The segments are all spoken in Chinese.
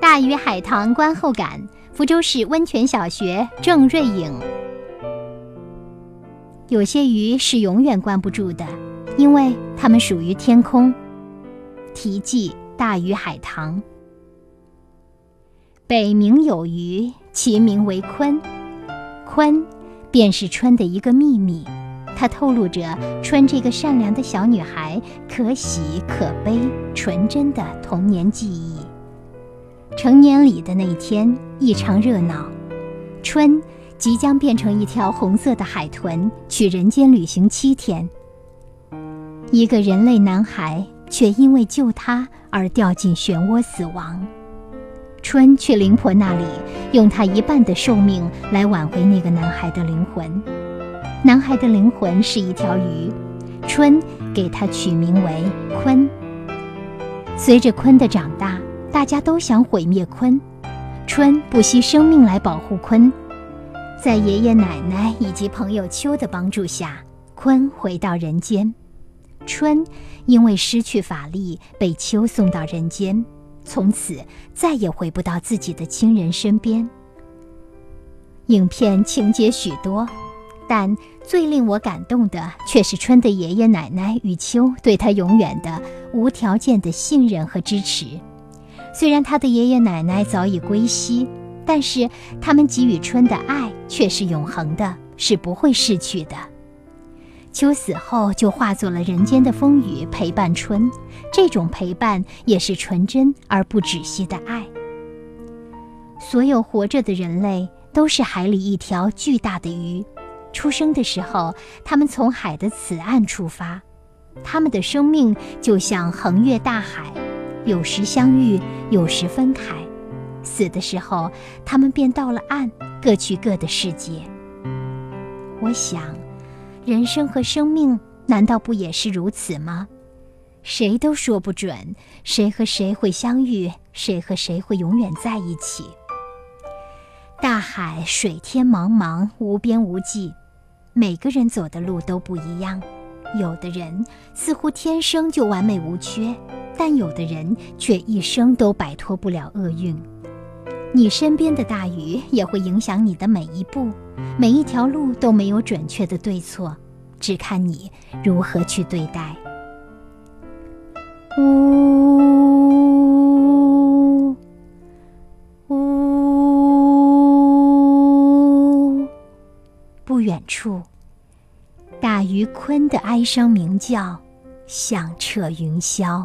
大鱼海棠观后感，福州市温泉小学郑瑞颖。有些鱼是永远关不住的，因为它们属于天空。题记：大鱼海棠。北冥有鱼，其名为鲲。鲲便是春的一个秘密，它透露着春这个善良的小女孩可喜可悲、纯真的童年记忆。成年礼的那天异常热闹，春即将变成一条红色的海豚，去人间旅行7天。一个人类男孩却因为救他而掉进漩涡死亡。春去灵婆那里，用他一半的寿命来挽回那个男孩的灵魂。男孩的灵魂是一条鱼，春给他取名为鲲。随着鲲的长大，大家都想毁灭鲲，春不惜生命来保护鲲。在爷爷奶奶以及朋友秋的帮助下，鲲回到人间。春因为失去法力，被秋送到人间，从此再也回不到自己的亲人身边。影片情节许多，但最令我感动的却是春的爷爷奶奶与秋对他永远的无条件的信任和支持。虽然他的爷爷奶奶早已归西，但是他们给予春的爱却是永恒的，是不会逝去的。秋死后就化作了人间的风雨，陪伴春，这种陪伴也是纯真而不止息的爱。所有活着的人类都是海里一条巨大的鱼，出生的时候，他们从海的此岸出发，他们的生命就像横越大海，有时相遇，有时分开。死的时候，他们便到了岸，各去各的世界。我想，人生和生命难道不也是如此吗？谁都说不准，谁和谁会相遇，谁和谁会永远在一起。大海水天茫茫，无边无际，每个人走的路都不一样。有的人似乎天生就完美无缺，但有的人却一生都摆脱不了厄运。你身边的大鱼也会影响你的每一步，每一条路都没有准确的对错，只看你如何去对待。呜呜，不远处，大鱼鲲的哀伤鸣叫响彻云霄。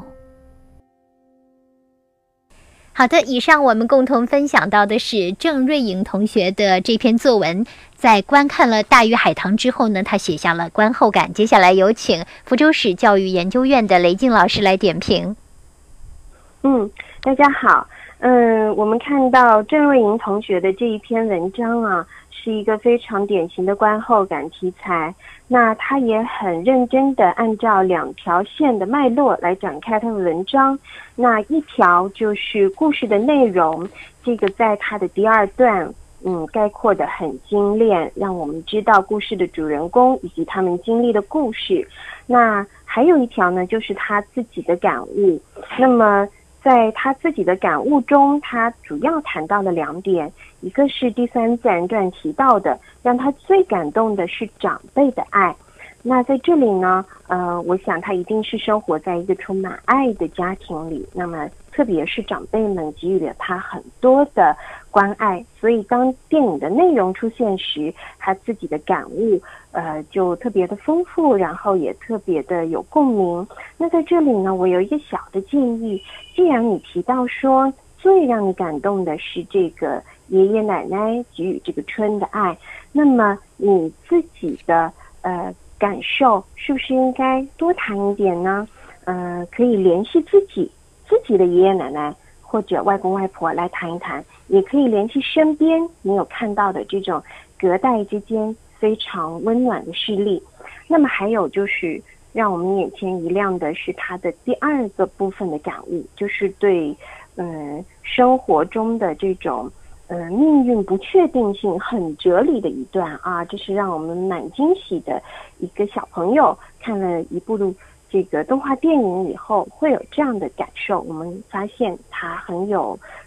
好的，以上我们共同分享到的是郑瑞颖同学的这篇作文。在观看了《大鱼海棠》之后呢，他写下了观后感。接下来有请福州市教育研究院的雷静老师来点评。 大家好。我们看到郑瑞颖同学的这一篇文章啊，是一个非常典型的观后感题材。那他也很认真的按照2条线的脉络来展开他的文章。那一条就是故事的内容，这个在他的第2段概括的很精炼，让我们知道故事的主人公以及他们经历的故事。那还有一条呢，就是他自己的感悟。那么在他自己的感悟中，他主要谈到了2点，一个是第3自然段提到的，让他最感动的是长辈的爱。那在这里呢，我想他一定是生活在一个充满爱的家庭里，那么特别是长辈们给予了他很多的关爱，所以当电影的内容出现时，他自己的感悟就特别的丰富，然后也特别的有共鸣。那在这里呢，我有一个小的建议，既然你提到说最让你感动的是这个爷爷奶奶给予这个春的爱，那么你自己的感受是不是应该多谈一点呢？可以联系自己的爷爷奶奶或者外公外婆来谈一谈，也可以联系身边你有看到的这种隔代之间非常温暖的事例。那么还有就是让我们眼前一亮的是他的第2个部分的感悟，就是对生活中的这种命运不确定性很哲理的一段啊，这是让我们蛮惊喜的。一个小朋友看了一部这个动画电影以后会有这样的感受，我们发现他很有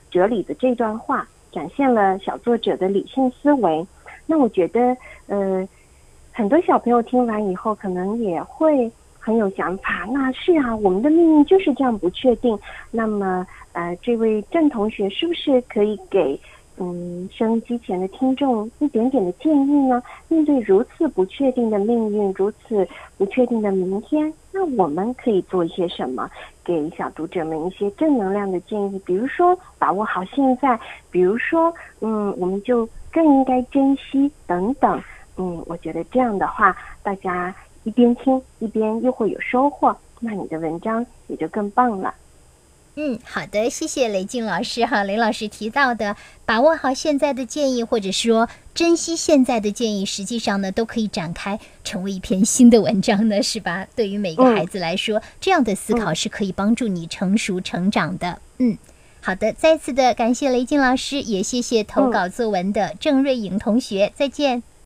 哲理的这段话，展现了小作者的理性思维。那我觉得很多小朋友听完以后可能也会很有想法。那是啊，我们的命运就是这样不确定。那么这位郑同学是不是可以给收音机前的听众一点点的建议呢？面对如此不确定的命运，如此不确定的明天，那我们可以做一些什么，给小读者们一些正能量的建议？比如说把握好现在，比如说我们就更应该珍惜等等。我觉得这样的话，大家一边听一边又会有收获，那你的文章也就更棒了。 好的，谢谢雷静老师哈。雷老师提到的把握好现在的建议，或者说珍惜现在的建议，实际上呢都可以展开成为一篇新的文章呢，是吧？对于每个孩子来说，这样的思考是可以帮助你成熟成长的。好的，再次的感谢雷静老师，也谢谢投稿作文的郑瑞颖同学，再见。